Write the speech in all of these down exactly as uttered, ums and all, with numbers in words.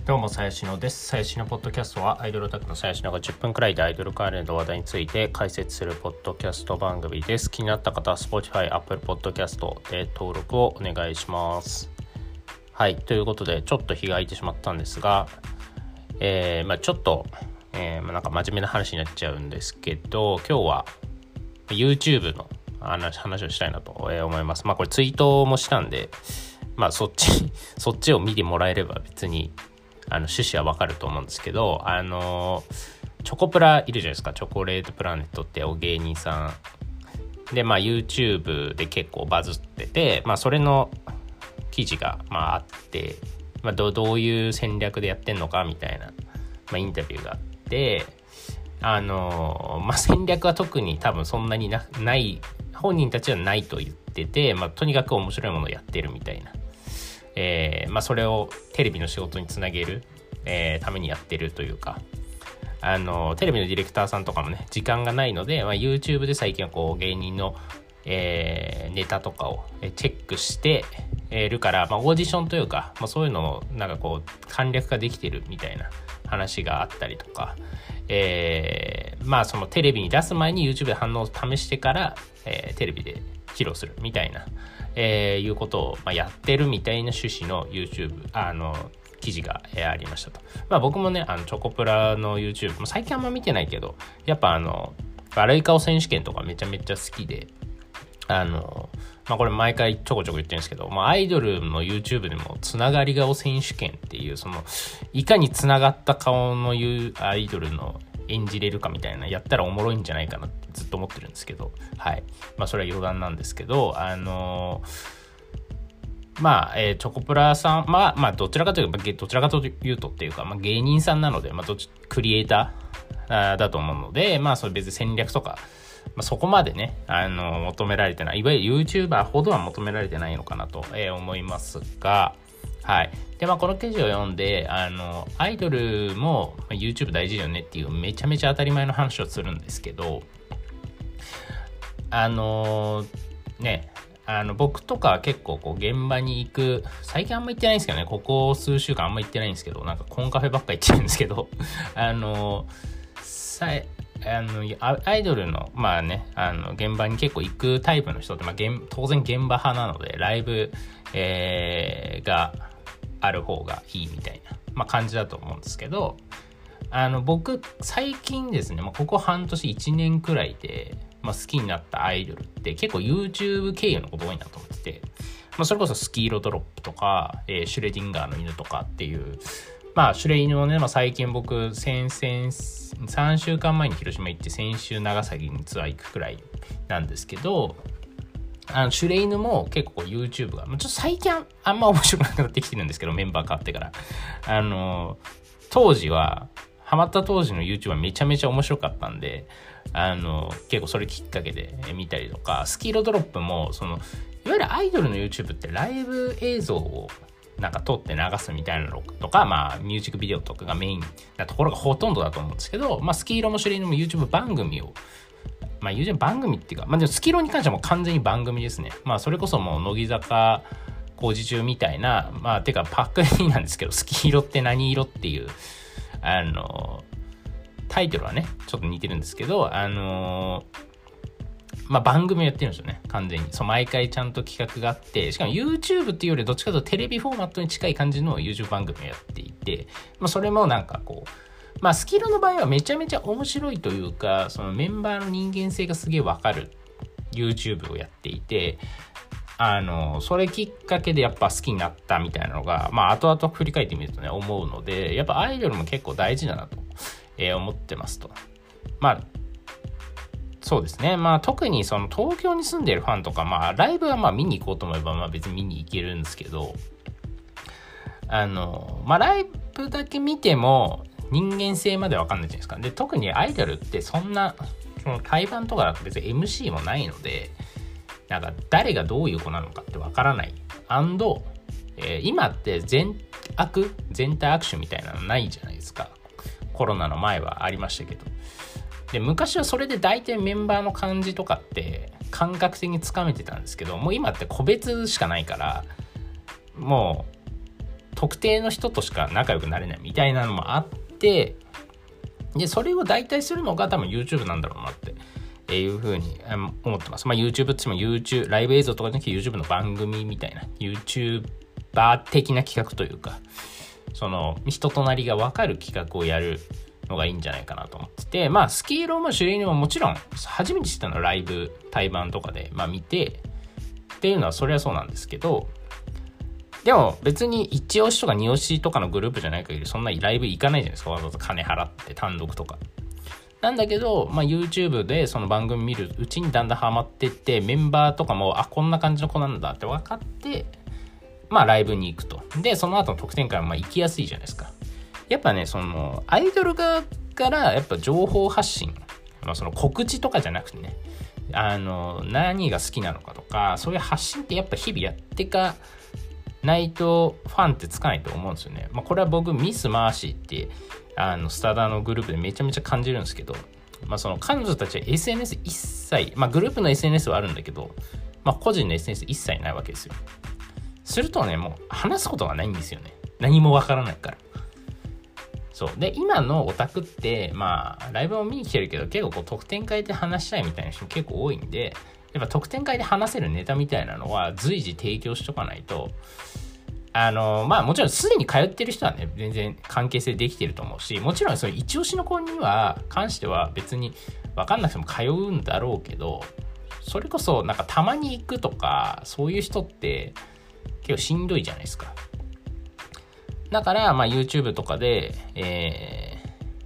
どうも、さやしのです。さやしのポッドキャストはアイドルオタクのさやしのがじゅっぷんくらいでアイドル関連の話題について解説するポッドキャスト番組です。気になった方は Spotify、Apple Podcast で登録をお願いします。はい、ということでちょっと日が空いてしまったんですが、えーまあ、ちょっと、えーまあ、なんか真面目な話になっちゃうんですけど、今日は YouTube の話, 話をしたいなと思います。まあこれツイートもしたんで、まあそっちそっちを見てもらえれば別にあの趣旨はわかると思うんですけど、あのチョコプラいるじゃないですか。チョコレートプラネットってお芸人さんで、まあ YouTube で結構バズってて、まあそれの記事がまああって、まあ、ど, どういう戦略でやってんのかみたいな、まあ、インタビューがあって、あのまあ戦略は特に多分そんなに な, ない本人たちはないと言ってて、まあとにかく面白いものをやってるみたいな。えーまあ、それをテレビの仕事につなげる、えー、ためにやってるというか、あのテレビのディレクターさんとかもね時間がないので、まあ、YouTube で最近はこう芸人の、えー、ネタとかをチェックしてるから、まあ、オーディションというか、まあ、そういうのをなんかこう簡略化できてるみたいな話があったりとか、えー、まあそのテレビに出す前に YouTube で反応を試してから、えー、テレビで披露するみたいなえー、いうことを、まあ、やってるみたいな趣旨の YouTube あの記事が、えー、ありましたと。まあ僕もねあのチョコプラの YouTube も最近あんま見てないけど、やっぱあの悪い顔選手権とかめちゃめちゃ好きで、あのまあこれ毎回ちょこちょこ言ってるんですけど、まあアイドルの YouTube でもつながり顔選手権っていうそのいかにつながった顔のアイドルの演じれるかみたいなやったらおもろいんじゃないかなってずっと思ってるんですけど、はい、まあそれは余談なんですけど、あのー、まあ、えー、チョコプラさん、まあまあどちらかというとどちらかというとっていうか、まあ、芸人さんなので、まあどっちクリエイターだと思うので、まあそれ別に戦略とか、まあ、そこまでね、あのー、求められてない、いわゆる YouTuber ほどは求められてないのかなと、えー、思いますが。はい。で、まあ、この記事を読んで、あの、アイドルも YouTube 大事だよねっていうめちゃめちゃ当たり前の話をするんですけど、あの、ね、あの、僕とか結構こう現場に行く、最近あんま行ってないんですけどね、ここ数週間あんま行ってないんですけど、なんかコンカフェばっか行ってるんですけど、あの、さあのアイドルのまあねあの現場に結構行くタイプの人って、まあ、当然現場派なのでライブ、えー、がある方がいいみたいな、まあ、感じだと思うんですけど、あの僕最近ですね、まあ、ここ半年いちねんくらいで、まあ、好きになったアイドルって結構 YouTube 経由のこと多いなと思ってて、まあ、それこそスキーロドロップとか、えー、シュレディンガーの犬とかっていうまあシュレ犬もね、まあ、最近僕先々さんしゅうかんまえに広島行って先週長崎にツアー行くくらいなんですけど、あのシュレ犬も結構 YouTube がちょっと最近あんま面白くなくなってきてるんですけど、メンバー変わってからあの当時はハマった当時の YouTube はめちゃめちゃ面白かったんで、あの結構それきっかけで見たりとか、スキーロドロップもそのいわゆるアイドルの YouTube ってライブ映像をなんか撮って流すみたいなのとか、まあミュージックビデオとかがメインなところがほとんどだと思うんですけど、まあスキーロもシュレイノも YouTube 番組を、まあ YouTube 番組っていうか、まあでもスキーロに関してはもう完全に番組ですね。まあそれこそもう乃木坂工事中みたいな、まあてかパックリなんですけど、スキーロって何色っていう、あの、タイトルはね、ちょっと似てるんですけど、あの、まあ、番組をやってるんですよね、完全に。そう、毎回ちゃんと企画があって、しかも YouTube っていうよりどっちかというとテレビフォーマットに近い感じの YouTube 番組をやっていて、まあ、それもなんかこう、まあ、スキルの場合はめちゃめちゃ面白いというか、そのメンバーの人間性がすげえわかる YouTube をやっていて、あの、それきっかけでやっぱ好きになったみたいなのが、まあ、後々振り返ってみるとね、思うので、やっぱアイドルも結構大事だなと、えー、思ってますと。まあ、そうですね。まあ特にその東京に住んでいるファンとか、まあライブはまあ見に行こうと思えばまあ別に見に行けるんですけど、あの、まあライブだけ見ても人間性までわかんないじゃないですか。で、特にアイドルってそんな、その対バンとかだと別に エムシー もないので、なんか誰がどういう子なのかってわからない。アンド、えー、今って全悪、全体握手みたいなのないじゃないですか。コロナの前はありましたけど。で昔はそれで大体メンバーの感じとかって感覚的につかめてたんですけど、もう今って個別しかないから、も特定の人としか仲良くなれないみたいなのもあって、でそれを代替するのが多分 YouTube なんだろうなっていうふうに思ってます。まあ YouTube っても YouTube ライブ映像とかじゃなくて YouTube の番組みたいな YouTuber 的な企画というか、その人となりが分かる企画をやるのがいいんじゃないかなと思ってて、まあスキーローもシュレイニももちろん初めて知ったのはライブ対バンとかでまあ見てっていうのはそれはそうなんですけど、でも別に一押しとか二押しとかのグループじゃない限りそんなライブ行かないじゃないですか。わざわざ金払って単独とかなんだけど、まあ YouTube でその番組見るうちにだんだんハマってって、メンバーとかもあこんな感じの子なんだって分かって、まあライブに行くと。でその後の特典会はまあ行きやすいじゃないですか。やっぱね、そのアイドル側からやっぱ情報発信、まあ、その告知とかじゃなくてね、あの何が好きなのかとかそういう発信ってやっぱ日々やってかないとファンってつかないと思うんですよね。まあ、これは僕ミスマーシーってあのスタダのグループでめちゃめちゃ感じるんですけど、まあ、その彼女たちは エスエヌエス 一切、まあ、グループの エスエヌエス はあるんだけど、まあ、個人の エスエヌエス 一切ないわけですよ。するとね、もう話すことがないんですよね。何もわからないから。そうで今のオタクってまあライブを見に来てるけど結構こう特典会で話したいみたいな人結構多いんで、やっぱ特典会で話せるネタみたいなのは随時提供しとかないと、あのまあもちろんすでに通ってる人はね全然関係性できてると思うし、もちろんその一押しの子には関しては別に分かんなくても通うんだろうけど、それこそなんかたまに行くとかそういう人って結構しんどいじゃないですか。だからまあ YouTube とかで、え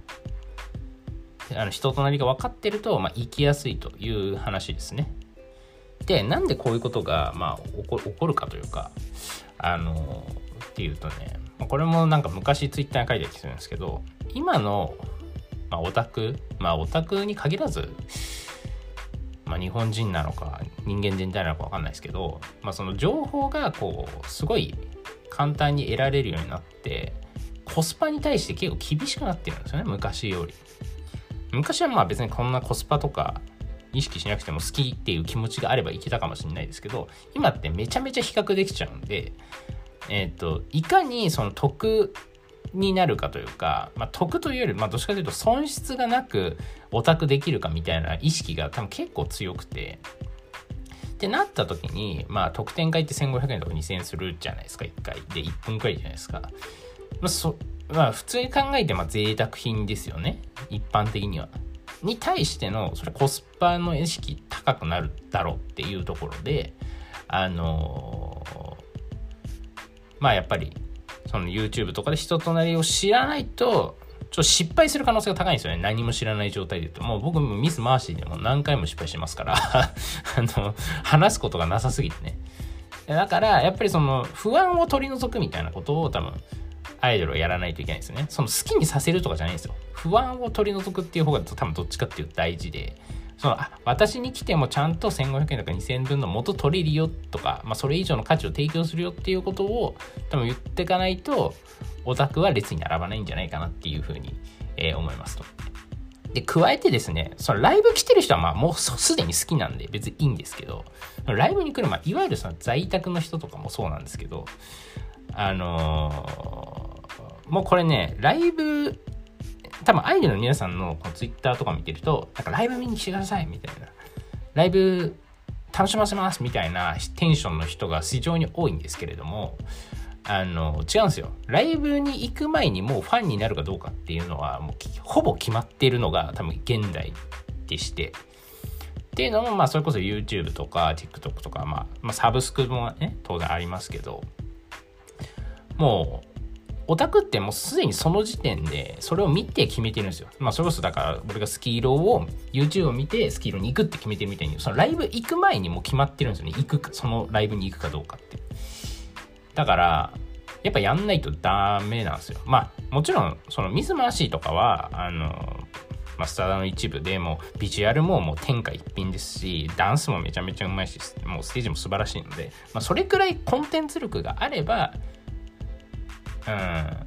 ー、あの人となりが分かってるとまあ行きやすいという話ですね。でなんでこういうことがまあ起こ、起こるかというか、あのっていうとね、これもなんか昔ツイッターに書いてきてるんですけど、今の、まあ、オタクまあオタクに限らず、まあ、日本人なのか人間全体なのか分かんないですけど、まあ、その情報がこうすごい簡単に得られるようになってコスパに対して結構厳しくなってるんですよね、昔より。昔はまあ別にこんなコスパとか意識しなくても好きっていう気持ちがあればいけたかもしれないですけど、今ってめちゃめちゃ比較できちゃうんで、えっといかにその得になるかというか、まあ、得というより、まあ、どっちかというと損失がなくオタクできるかみたいな意識が多分結構強くて、ってなった時に、まあ特典会ってせんごひゃくえんとかにせんえんするじゃないですか、いっかいでいっぷんくらいじゃないですか。まあそまあ、普通に考えてまあ贅沢品ですよね、一般的には。に対してのそれコスパの意識高くなるだろうっていうところで、あのー、まあやっぱりその YouTube とかで人となりを知らないとちょっと失敗する可能性が高いんですよね。何も知らない状態で言うと、もう僕もミスマーシーでも何回も失敗してますからあの話すことがなさすぎてね。だからやっぱりその不安を取り除くみたいなことを多分アイドルはやらないといけないんですよね。その好きにさせるとかじゃないんですよ。不安を取り除くっていう方が多分どっちかっていうと大事で、そのあ私に来てもちゃんとせんごひゃくえんとかにせんえんぶんの元取れるよとか、まあ、それ以上の価値を提供するよっていうことを多分言っていかないとオタクは列に並ばないんじゃないかなっていうふうに、えー、思いますと。で加えてですね、そのライブ来てる人はまあもうすでに好きなんで別にいいんですけど、ライブに来る、まあ、いわゆるその在宅の人とかもそうなんですけど、あのー、もうこれねライブ多分アイドルの皆さんのツイッターとか見てるとなんかライブ見に来てくださいみたいな、ライブ楽しませますみたいなテンションの人が非常に多いんですけれども、あの違うんですよ。ライブに行く前にもうファンになるかどうかっていうのはもうほぼ決まっているのが多分現代でして、っていうのもまあそれこそ YouTube とか TikTok とか、まあ、まあサブスクもね当然ありますけど、もうオタクってもうすでにその時点でそれを見て決めてるんですよ。まあそれこそだから俺がスキーローを YouTube を見てスキーローに行くって決めてるみたいに、そのライブ行く前にもう決まってるんですよね。行くか、そのライブに行くかどうかって。だからやっぱやんないとダメなんですよ。まあもちろんそのミスマーシーとかはあのまあ、スタダの一部でもうビジュアルももう天下一品ですし、ダンスもめちゃめちゃうまいし、もうステージも素晴らしいので、まあ、それくらいコンテンツ力があれば、うん、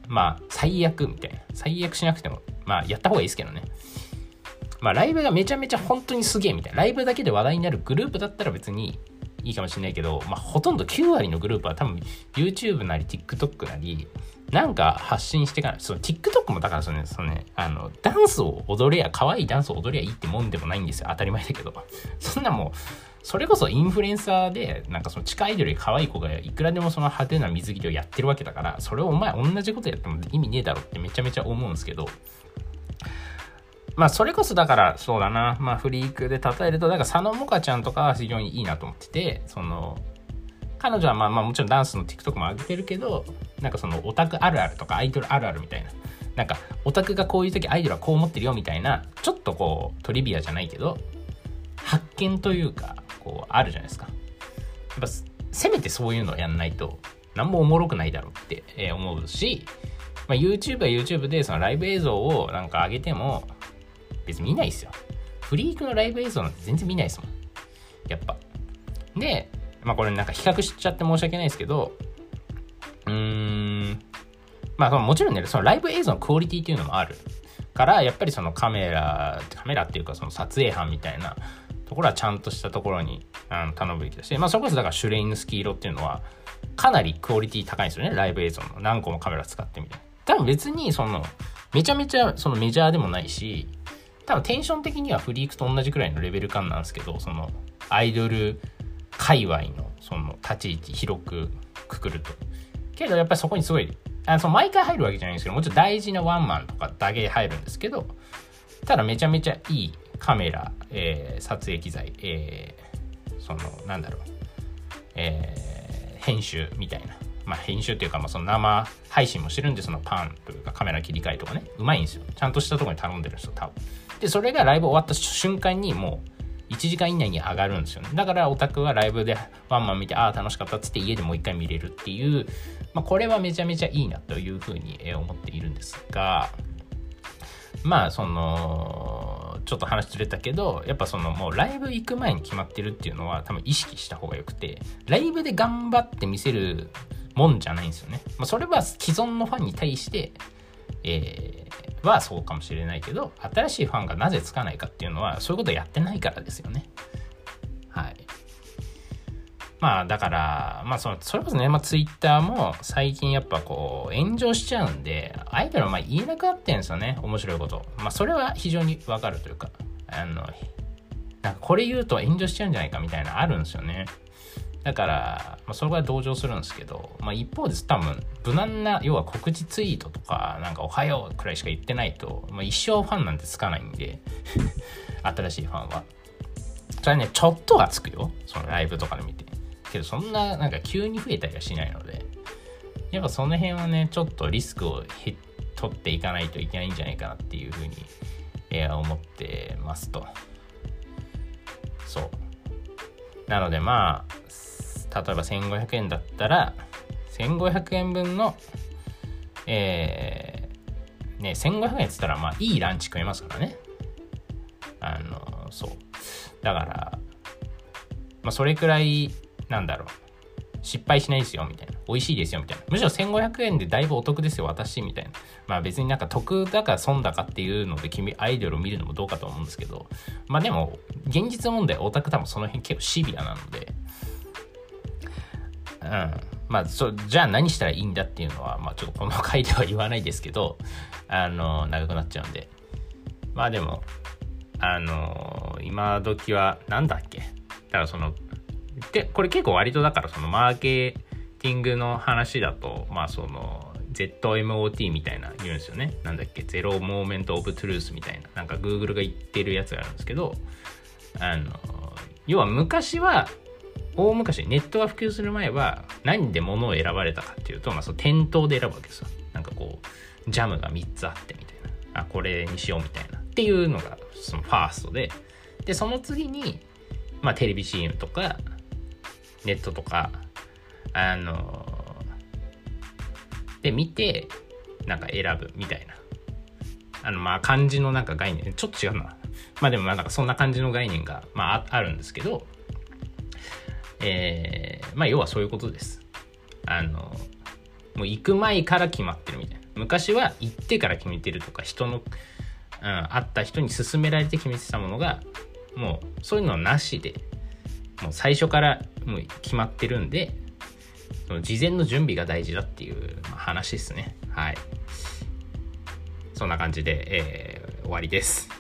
まあ最悪みたいな、最悪しなくてもまあやった方がいいですけどね。まあライブがめちゃめちゃ本当にすげえみたいな、ライブだけで話題になるグループだったら別にいいかもしれないけど、まあ、ほとんどきゅうわりのグループは多分 YouTube なり TikTok なりなんか発信していかない。その TikTok もだからそのね、そのね、あのダンスを踊れや可愛いダンスを踊れやいいってもんでもないんですよ。当たり前だけどそんなもうそれこそインフルエンサーでなんかその地下アイドルより可愛い子がいくらでもその派手な水着をやってるわけだから、それをお前同じことやっても意味ねえだろってめちゃめちゃ思うんですけど、まあそれこそだからそうだな、まあフリークで例えるとだから佐野もかちゃんとかは非常にいいなと思ってて、その彼女はまあまあもちろんダンスの TikTok も上げてるけど、なんかそのオタクあるあるとかアイドルあるあるみたいな、なんかオタクがこういう時アイドルはこう思ってるよみたいな、ちょっとこうトリビアじゃないけど発見というかこうあるじゃないですか。やっぱせめてそういうのをやんないと何もおもろくないだろうって思うし、まあ、YouTube は YouTube でそのライブ映像をなんか上げても別に見ないですよ。フリークのライブ映像なんて全然見ないですもん、やっぱ。でまあこれなんか比較しちゃって申し訳ないですけど、うーんまあもちろんね、そのライブ映像のクオリティっていうのもあるから、やっぱりそのカメラカメラっていうかその撮影班みたいなところはちゃんとしたところにあの頼むべきだし、まあそれこそだからシュレインスキー色っていうのはかなりクオリティ高いんですよね。ライブ映像の何個もカメラ使ってみたいな。多分別にそのめちゃめちゃそのメジャーでもないし、多分テンション的にはフリークと同じくらいのレベル感なんですけど、そのアイドル界隈のその立ち位置広くくくると、けどやっぱりそこにすごいあのその毎回入るわけじゃないんですけど、もちろん大事なワンマンとかだけ入るんですけど、ただめちゃめちゃいいカメラ、えー、撮影機材、えー、そのなんだろう、えー、編集みたいな、まあ編集っていうかまあその生配信もしてるんで、そのパンというかカメラ切り替えとかね、うまいんですよ。ちゃんとしたところに頼んでるんですよ多分。でそれがライブ終わった瞬間にもういちじかん以内に上がるんですよね。だからオタクはライブでワンマン見て、ああ楽しかったっつって家でもう一回見れるっていう、まあ、これはめちゃめちゃいいなというふうに思っているんですが、まあそのちょっと話ずれたけど、やっぱそのもうライブ行く前に決まってるっていうのは多分意識した方がよくて、ライブで頑張って見せるもんじゃないんですよね。まあ、それは既存のファンに対してえー、はそうかもしれないけど、新しいファンがなぜつかないかっていうのはそういうことをやってないからですよね。はい。まあだからまあそのそれこそね、まあツイッターも最近やっぱこう炎上しちゃうんで、アイドルはまあ言えなくなってんですよね、面白いこと。まあそれは非常にわかるというか、あのなんかこれ言うと炎上しちゃうんじゃないかみたいなあるんですよね。だから、まあ、それは同情するんですけど、まあ、一方で多分無難な要は告知ツイートとかなんかおはようくらいしか言ってないと、まあ、一生ファンなんてつかないんで新しいファンはそれはねちょっとはつくよ、そのライブとかで見て。けどそんななんか急に増えたりはしないので、やっぱその辺はねちょっとリスクを取っていかないといけないんじゃないかなっていうふうに、えー、思ってますと。そうなのでまあ例えばせんごひゃくえんだったらせんごひゃくえんぶんのえー、ねせんごひゃくえんっつったらまあいいランチ食えますからね。あのそうだからまあそれくらいなんだろう、失敗しないですよみたいな、美味しいですよみたいな、むしろせんごひゃくえんでだいぶお得ですよ私みたいな。まあ別になんか得だか損だかっていうので君アイドルを見るのもどうかと思うんですけど、まあでも現実問題オタク多分その辺結構シビアなので、うん、まあそじゃあ何したらいいんだっていうのはまあちょっとこの回では言わないですけど、あの長くなっちゃうんで、まあでもあの今時はなんだっけ、だからそのでこれ結構割とだからそのマーケティングの話だとまあその ゼットエムオーティー みたいな言うんですよね。なんだっけ、ゼロモーメントオブトゥルースみたいな、なんか Google が言ってるやつがあるんですけど、あの要は昔は大昔ネットが普及する前は何で物を選ばれたかっていうと、まあその店頭で選ぶわけですよ。なんかこうジャムがみっつあってみたいな、あこれにしようみたいなっていうのがそのファーストで、でその次にまあテレビ シーエム とかネットとかあので見てなんか選ぶみたいな、あのまあ漢字のなんか概念ちょっと違うな、まあでもまあなんかそんな感じの概念がまあ あ, あるんですけど、えー、まあ要はそういうことです。あのもう行く前から決まってるみたいな。昔は行ってから決めてるとか、人の、うん、会った人に勧められて決めてたものがもうそういうのはなしで、 もう最初からもう決まってるんで、その事前の準備が大事だっていう、まあ、話ですね。はい。そんな感じで、えー、終わりです。